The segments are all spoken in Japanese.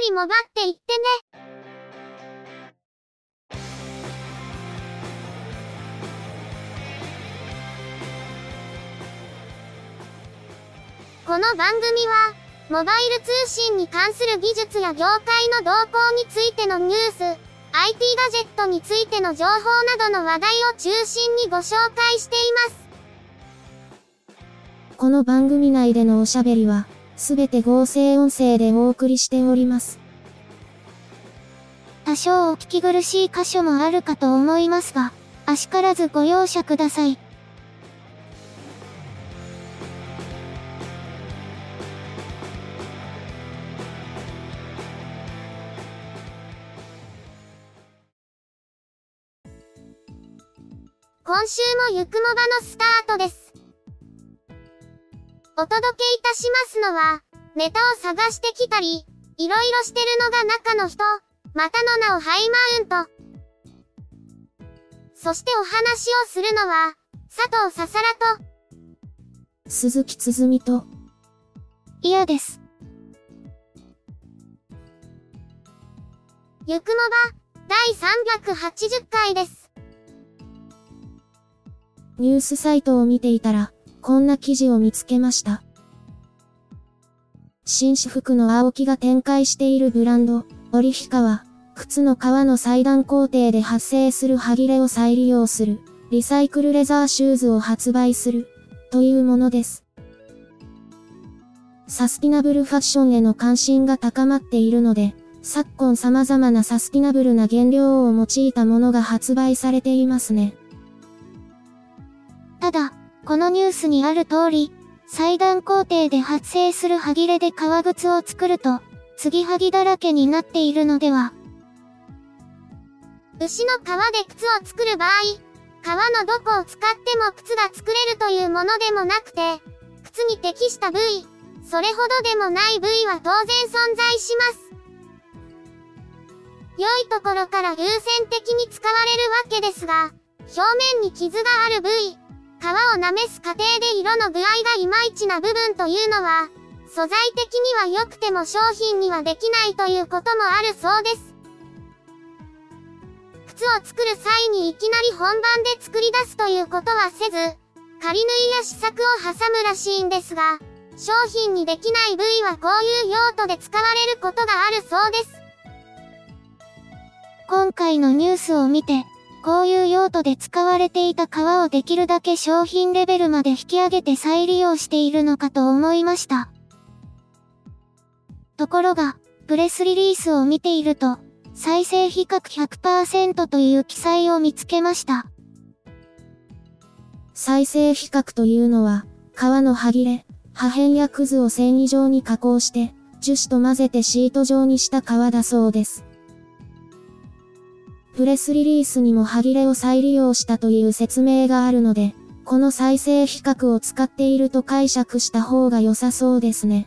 りもばっていってね。この番組は、モバイル通信に関する技術や業界の動向についてのニュース、IT ガジェットについての情報などの話題を中心にご紹介しています。 この番組内でのおしゃべりは、すべて合成音声でお送りしております。 多少お聞き苦しい箇所もあるかと思いますが、あしからずご容赦ください。今週もゆくもばのスタートです。お届けいたしますのは、ネタを探してきたり、いろいろしてるのが中の人、またの名をハイマウント。そしてお話をするのは、佐藤ささらと、 鈴木つづみと、 いやです。ゆくもば、第380回です。 ニュースサイトを見ていたら、こんな記事を見つけました。紳士服の青木が展開しているブランド、オリフィカは、靴の革の裁断工程で発生する端切れを再利用する、リサイクルレザーシューズを発売する、というものです。サスティナブルファッションへの関心が高まっているので、昨今様々なサスティナブルな原料を用いたものが発売されていますね。 ただ、このニュースにある通り、裁断工程で発生する端切れで革靴を作ると、継ぎはぎだらけになっているのでは。牛の皮で靴を作る場合、皮のどこを使っても靴が作れるというものでもなくて、靴に適した部位、それほどでもない部位は当然存在します。良いところから優先的に使われるわけですが、表面に傷がある部位、皮をなめす過程で色の具合がいまいちな部分というのは、素材的には良くても商品にはできないということもあるそうです。靴を作る際にいきなり本番で作り出すということはせず、仮縫いや試作を挟むらしいんですが、商品にできない部位はこういう用途で使われることがあるそうです。今回のニュースを見て、こういう用途で使われていた革をできるだけ商品レベルまで引き上げて再利用しているのかと思いました。ところが、プレスリリースを見ていると、再生比較 100% という記載を見つけました。 再生比較というのは、革の端切れ、破片やくずを繊維状に加工して、樹脂と混ぜてシート状にした革だそうです。プレスリリースにも端切れを再利用したという説明があるので、この再生比較を使っていると解釈した方が良さそうですね。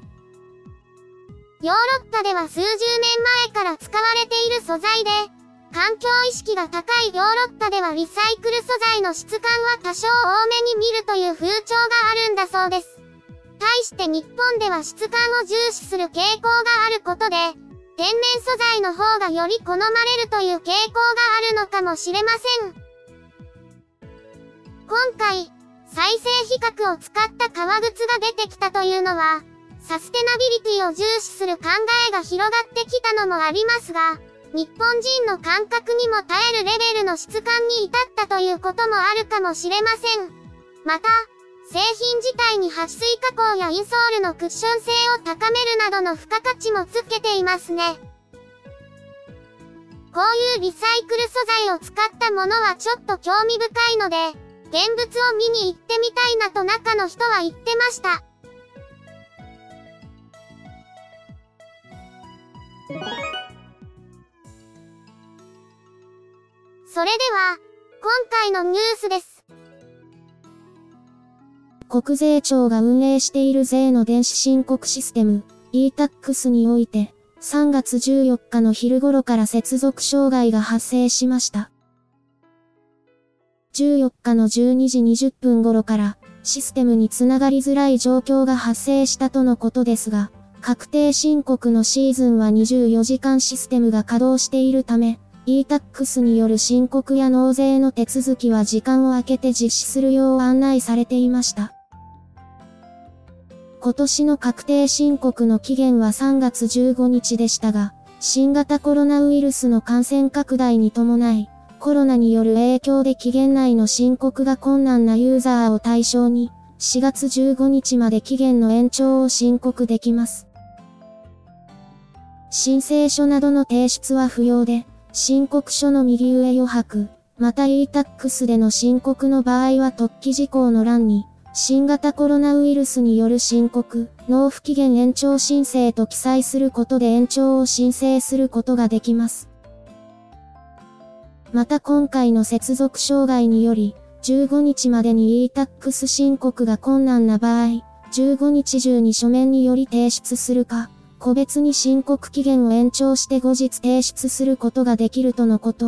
ヨーロッパでは数十年前から使われている素材で、環境意識が高いヨーロッパではリサイクル素材の質感は多少多めに見るという風潮があるんだそうです。対して日本では質感を重視する傾向があることで、天然素材の方がより好まれるという傾向があるのかもしれません。今回、再生比較を使った革靴が出てきたというのは、サステナビリティを重視する考えが広がってきたのもありますが、日本人の感覚にも耐えるレベルの質感に至ったということもあるかもしれません。また、製品自体に撥水加工やインソールのクッション性を高めるなどの付加価値もつけていますね。こういうリサイクル素材を使ったものはちょっと興味深いので、現物を見に行ってみたいなと中の人は言ってました。それでは、今回のニュースです。 国税庁が運営している税の電子申告システム、e-tax において、3月14日の昼頃から接続障害が発生しました。14日の12時20分頃から、システムにつながりづらい状況が発生したとのことですが、 確定申告のシーズンは24時間システムが稼働しているため、e-tax による申告や納税の手続きは時間を空けて実施するよう案内されていました。今年の確定申告の期限は3月15日でしたが、新型コロナウイルスの感染拡大に伴い、コロナによる影響で期限内の申告が困難なユーザーを対象に、4月15日まで期限の延長を申告できます。申請書などの提出は不要で、申告書の右上余白、また e-tax での申告の場合は特記事項の欄に、新型コロナウイルスによる申告、納付期限延長申請と記載することで延長を申請することができます。また今回の接続障害により、15日までに e-tax 申告が困難な場合、15日中に書面により提出するか、個別に申告期限を延長して後日提出することができるとのこと。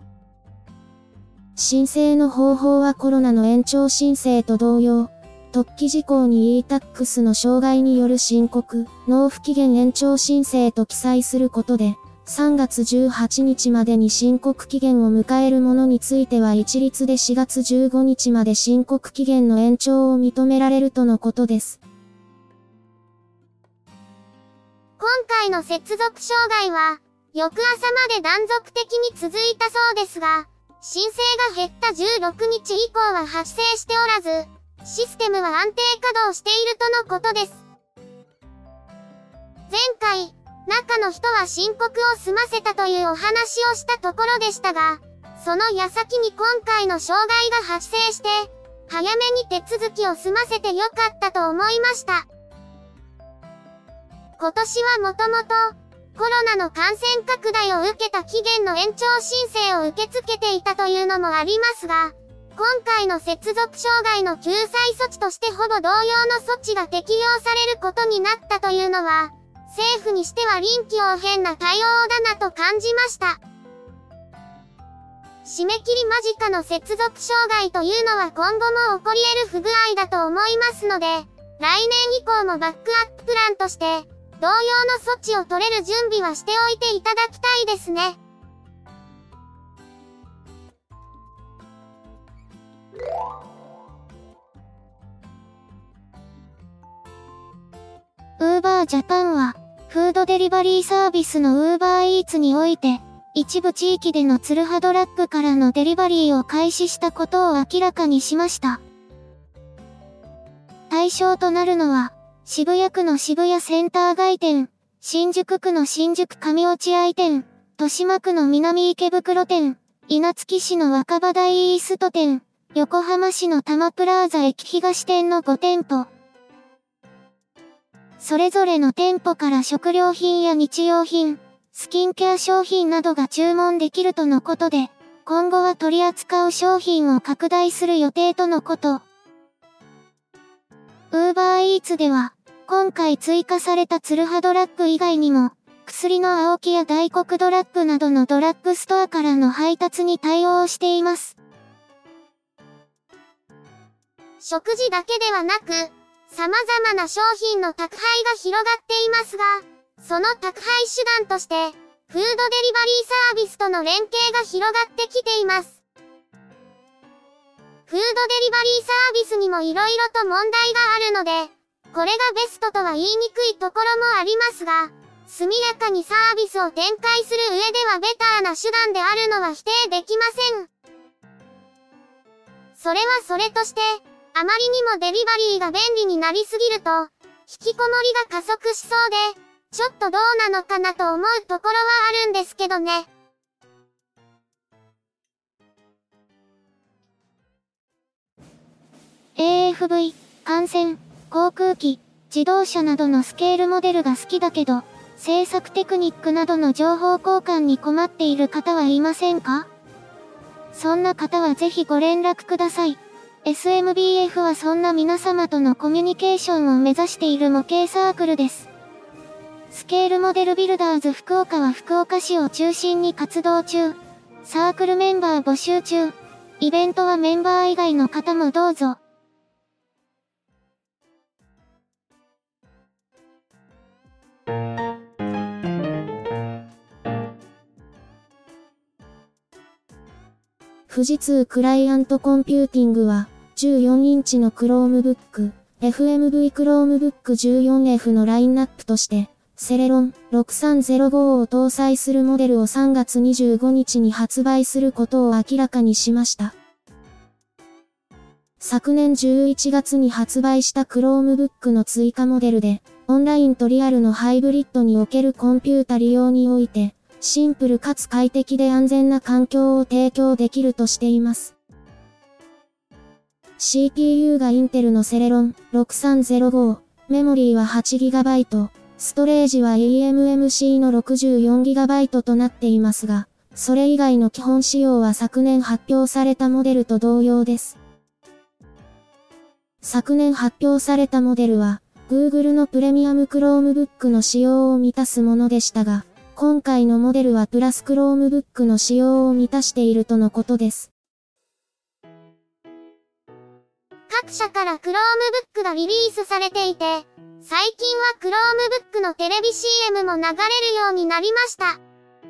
申請の方法はコロナの延長申請と同様、特記事項に e-tax の障害による申告、納付期限延長申請と記載することで、3月18日までに申告期限を迎えるものについては一律で4月15日まで申告期限の延長を認められるとのことです。 今回の接続障害は、翌朝まで断続的に続いたそうですが、申請が減った16日以降は発生しておらず、システムは安定稼働しているとのことです。前回、中の人は申告を済ませたというお話をしたところでしたが、その矢先に今回の障害が発生して、早めに手続きを済ませてよかったと思いました。今年はもともと、コロナの感染拡大を受けた期限の延長申請を受け付けていたというのもありますが、今回の接続障害の救済措置としてほぼ同様の措置が適用されることになったというのは、政府にしては臨機応変な対応だなと感じました。締め切り間近の接続障害というのは今後も起こり得る不具合だと思いますので、来年以降もバックアッププランとして、同様の措置を取れる準備はしておいていただきたいですね。 Uber Japan は、フードデリバリーサービスの Uber Eats において、一部地域でのツルハドラッグからのデリバリーを開始したことを明らかにしました。対象となるのは、渋谷区の渋谷センター街店、新宿区の新宿上落合店、豊島区の南池袋店、稲月市の若葉台イースト店、横浜市の多摩プラーザ駅東店の5店舗。それぞれの店舗から食料品や日用品、スキンケア商品などが注文できるとのことで、今後は取り扱う商品を拡大する予定とのこと。Uber Eats では、今回追加されたツルハドラッグ以外にも、薬の青木や大黒ドラッグなどのドラッグストアからの配達に対応しています。 食事だけではなく、様々な商品の宅配が広がっていますが、その宅配手段として、フードデリバリーサービスとの連携が広がってきています。フードデリバリーサービスにも色々と問題があるので、これがベストとは言いにくいところもありますが、速やかにサービスを展開する上ではベターな手段であるのは否定できません。それはそれとして、あまりにもデリバリーが便利になりすぎると、引きこもりが加速しそうで、ちょっとどうなのかなと思うところはあるんですけどね。 AFV、艦船、航空機、自動車などのスケールモデルが好きだけど、制作テクニックなどの情報交換に困っている方はいませんか？そんな方はぜひご連絡ください。SMBF はそんな皆様とのコミュニケーションを目指している模型サークルです。スケールモデルビルダーズ福岡は福岡市を中心に活動中。サークルメンバー募集中。イベントはメンバー以外の方もどうぞ。 富士通クライアントコンピューティングは、14インチの Chromebook、FMV Chromebook 14F のラインナップとして、セレロン6305を搭載するモデルを3月25日に発売することを明らかにしました。昨年11月に発売した Chromebook の追加モデルで、オンラインとリアルのハイブリッドにおけるコンピュータ利用において、シンプルかつ快適で安全な環境を提供できるとしています。CPU がインテルのセレロン6305、メモリーは 8GB、ストレージは eMMC の 64GB となっていますが、それ以外の基本仕様は昨年発表されたモデルと同様です。昨年発表されたモデルは、Google のプレミアム Chromebook の仕様を満たすものでしたが、今回のモデルはプラス Chromebook の仕様を満たしているとのことです。 各社から Chromebook がリリースされていて、最近は Chromebook のテレビ CM も流れるようになりました。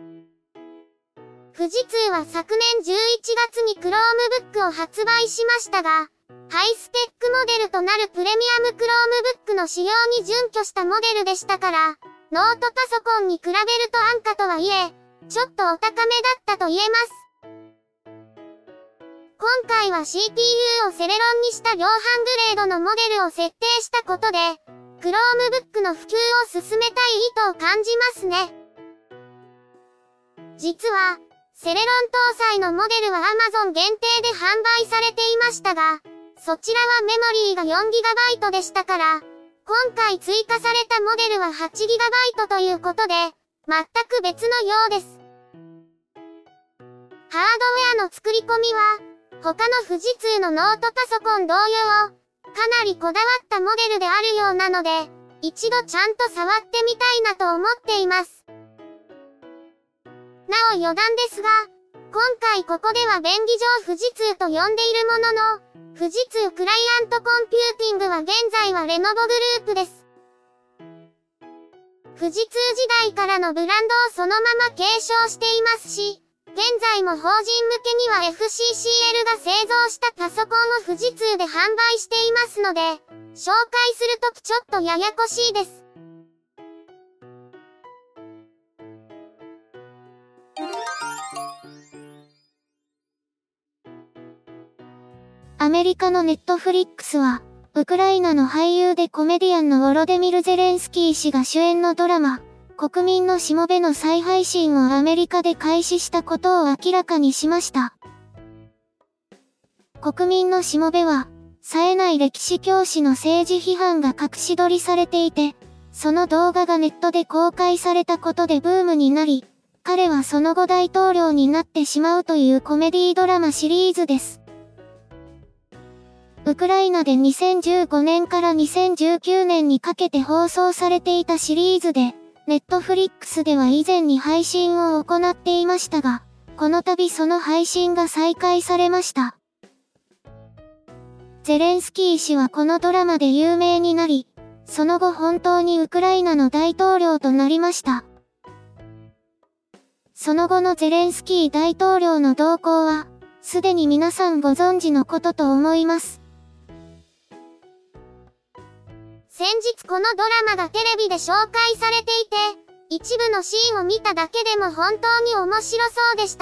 富士通は昨年11月に Chromebook を発売しましたが、ハイスペックモデルとなるプレミアム Chromebook の仕様に準拠したモデルでしたから、ノートパソコンに比べると安価とはいえ、ちょっとお高めだったと言えます。今回は CPU をセレロンにした量販グレードのモデルを設定したことで、Chromebook の普及を進めたい意図を感じますね。実は、セレロン搭載のモデルは Amazon 限定で販売されていましたが、そちらはメモリーが 4GB でしたから、今回追加されたモデルは 8GB ということで、全く別のようです。ハードウェアの作り込みは、他の富士通のノートパソコン同様、かなりこだわったモデルであるようなので、一度ちゃんと触ってみたいなと思っています。なお余談ですが、今回ここでは便宜上富士通と呼んでいるものの、富士通クライアントコンピューティングは現在はレノボグループです。富士通時代からのブランドをそのまま継承していますし、現在も法人向けには FCCL が製造したパソコンを富士通で販売していますので、紹介するときちょっとややこしいです。 アメリカのネットフリックスは、ウクライナの俳優でコメディアンのウォロデミル・ゼレンスキー氏が主演のドラマ、国民のしもべの再配信をアメリカで開始したことを明らかにしました。国民のしもべは、冴えない歴史教師の政治批判が隠し撮りされていて、その動画がネットで公開されたことでブームになり、彼はその後大統領になってしまうというコメディドラマシリーズです。ウクライナで2015年から2019年にかけて放送されていたシリーズで、ネットフリックスでは以前に配信を行っていましたが、この度その配信が再開されました。ゼレンスキー氏はこのドラマで有名になり、その後本当にウクライナの大統領となりました。その後のゼレンスキー大統領の動向は、すでに皆さんご存知のことと思います。 先日このドラマがテレビで紹介されていて、一部のシーンを見ただけでも本当に面白そうでした。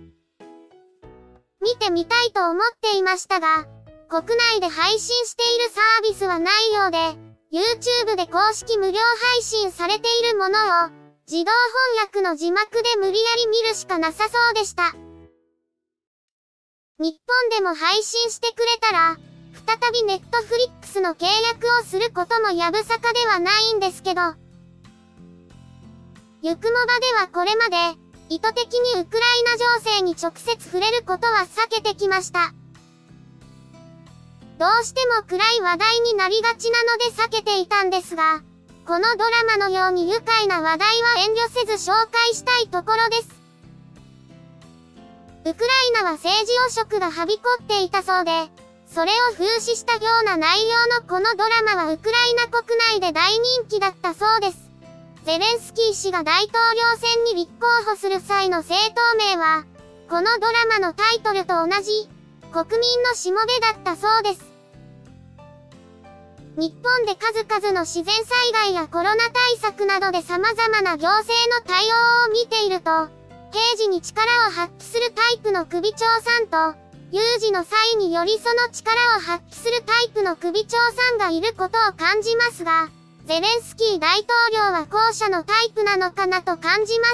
見てみたいと思っていましたが、国内で配信しているサービスはないようで、YouTube で公式無料配信されているものを、自動翻訳の字幕で無理やり見るしかなさそうでした。日本でも配信してくれたら、再びネットフリックスの契約をすることもやぶさかではないんですけど、ゆくもばではこれまで、意図的にウクライナ情勢に直接触れることは避けてきました。どうしても暗い話題になりがちなので避けていたんですが、このドラマのように愉快な話題は遠慮せず紹介したいところです。ウクライナは政治汚職がはびこっていたそうで、それを風刺したような内容のこのドラマはウクライナ国内で大人気だったそうです。ゼレンスキー氏が大統領選に立候補する際の政党名は、 このドラマのタイトルと同じ、国民のしもべだったそうです。日本で数々の自然災害やコロナ対策などで様々な行政の対応を見ていると、平時に力を発揮するタイプの首長さんと、有事の際によりその力を発揮するタイプの首長さんがいることを感じますが、ゼレンスキー大統領は後者のタイプなのかなと感じます。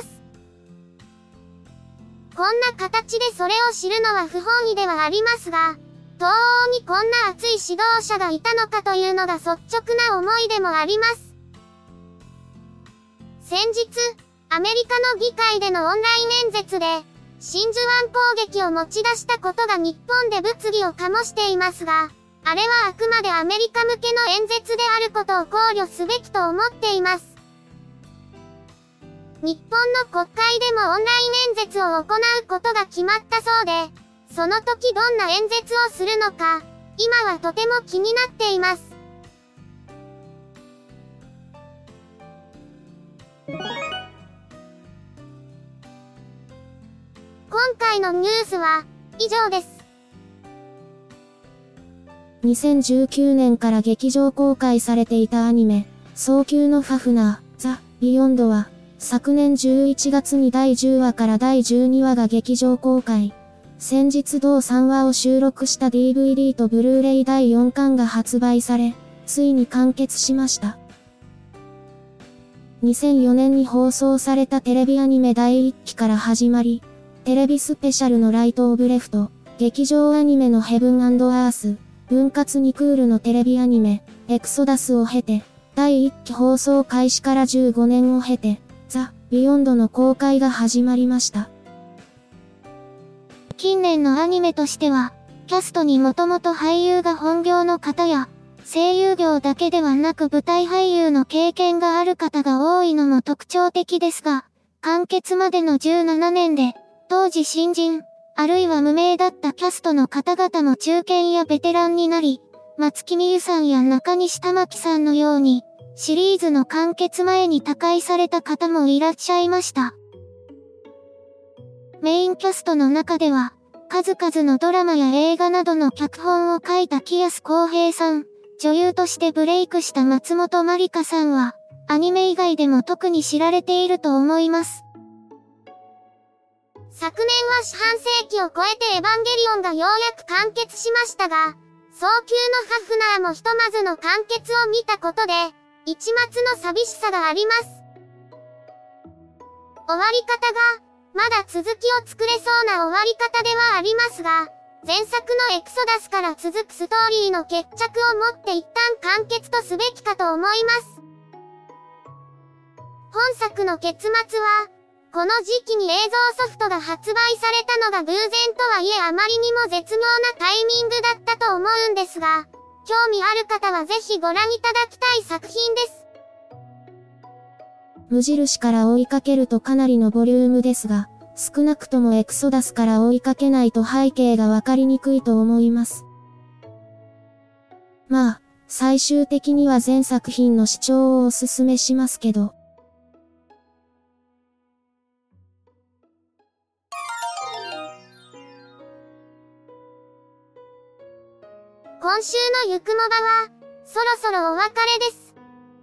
こんな形でそれを知るのは不本意ではありますが、東欧にこんな熱い指導者がいたのかというのが率直な思いでもあります。先日、アメリカの議会でのオンライン演説で、真珠湾攻撃を持ち出したことが日本で物議を醸していますが、あれはあくまでアメリカ向けの演説であることを考慮すべきと思っています。日本の国会でもオンライン演説を行うことが決まったそうで、その時どんな演説をするのか、今はとても気になっています。今回のニュースは以上です。 2019年から劇場公開されていたアニメ、早急のファフナー、ザ・ビヨンドは、昨年11月に第10話から第12話が劇場公開。先日同3話を収録した DVD とブルーレイ第4巻が発売され、ついに完結しました。2004年に放送されたテレビアニメ第1期から始まり、テレビスペシャルのライト・オブ・レフト、劇場アニメのヘブン&アース、分割2クールのテレビアニメ、エクソダスを経て、第1期放送開始から15年を経て、ザ・ビヨンドの公開が始まりました。 近年のアニメとしては、キャストにもともと俳優が本業の方や、声優業だけではなく舞台俳優の経験がある方が多いのも特徴的ですが、完結までの17年で、当時新人、あるいは無名だったキャストの方々も中堅やベテランになり、松木美優さんや中西玉樹さんのように、シリーズの完結前に他界された方もいらっしゃいました。メインキャストの中では、数々のドラマや映画などの脚本を書いた木安康平さん、女優としてブレイクした松本まりかさんは、アニメ以外でも特に知られていると思います。 昨年は四半世紀を超えてエヴァンゲリオンがようやく完結しましたが、早急のハフナーもひとまずの完結を見たことで、一末の寂しさがあります。終わり方が、まだ続きを作れそうな終わり方ではありますが、前作のエクソダスから続くストーリーの決着をもって一旦完結とすべきかと思います。本作の結末は、この時期に映像ソフトが発売されたのが偶然とはいえあまりにも絶妙なタイミングだったと思うんですが、興味ある方はぜひご覧いただきたい作品です。 無印から追いかけるとかなりのボリュームですが、少なくともエクソダスから追いかけないと背景がわかりにくいと思います。まあ、最終的には全作品の視聴をおすすめしますけど。 今週のゆくもばは、そろそろお別れです。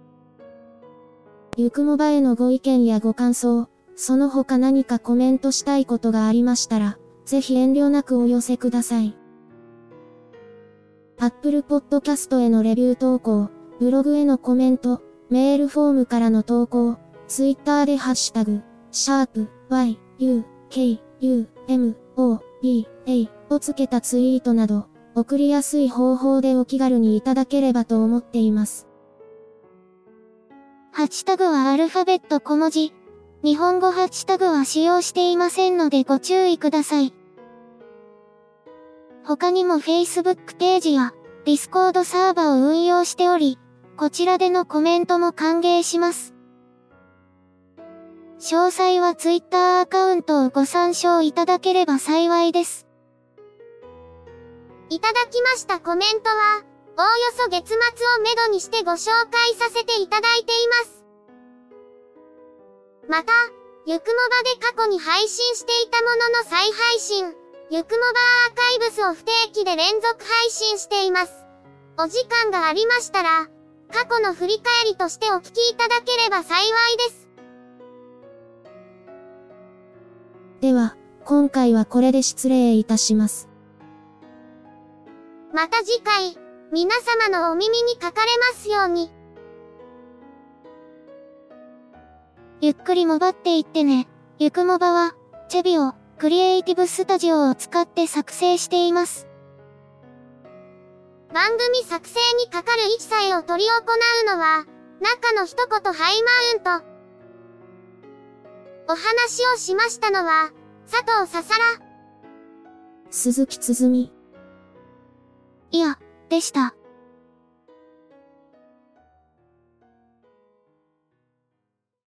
ゆくもばへのご意見やご感想、その他何かコメントしたいことがありましたら、ぜひ遠慮なくお寄せください。Apple Podcast へのレビュー投稿、ブログへのコメント、メールフォームからの投稿、Twitter でハッシュタグ、#YUKUMOBA をつけたツイートなど、送りやすい方法でお気軽にいただければと思っています。 ハッシュタグはアルファベット小文字。日本語ハッシュタグは使用していませんのでご注意ください。他にも Facebook ページや Discord サーバを運用しており、こちらでのコメントも歓迎します。詳細は Twitter アカウントをご参照いただければ幸いです。 いただきましたコメントは、おおよそ月末をめどにしてご紹介させていただいています。また、 ゆくもばで過去に配信していたものの再配信、ゆくもばアーカイブスを不定期で連続配信しています。お時間がありましたら、過去の振り返りとしてお聞きいただければ幸いです。 では、今回はこれで失礼いたします。 また次回、皆様のお耳にかかれますように。 ゆっくりもばっていってね。ゆくもばは、チェビオ、クリエイティブスタジオを使って作成しています。 番組作成にかかる一切を執り行うのは、中の一言ハイマウント。お話をしましたのは、佐藤ささら、 鈴木つづみ。 いや、でした。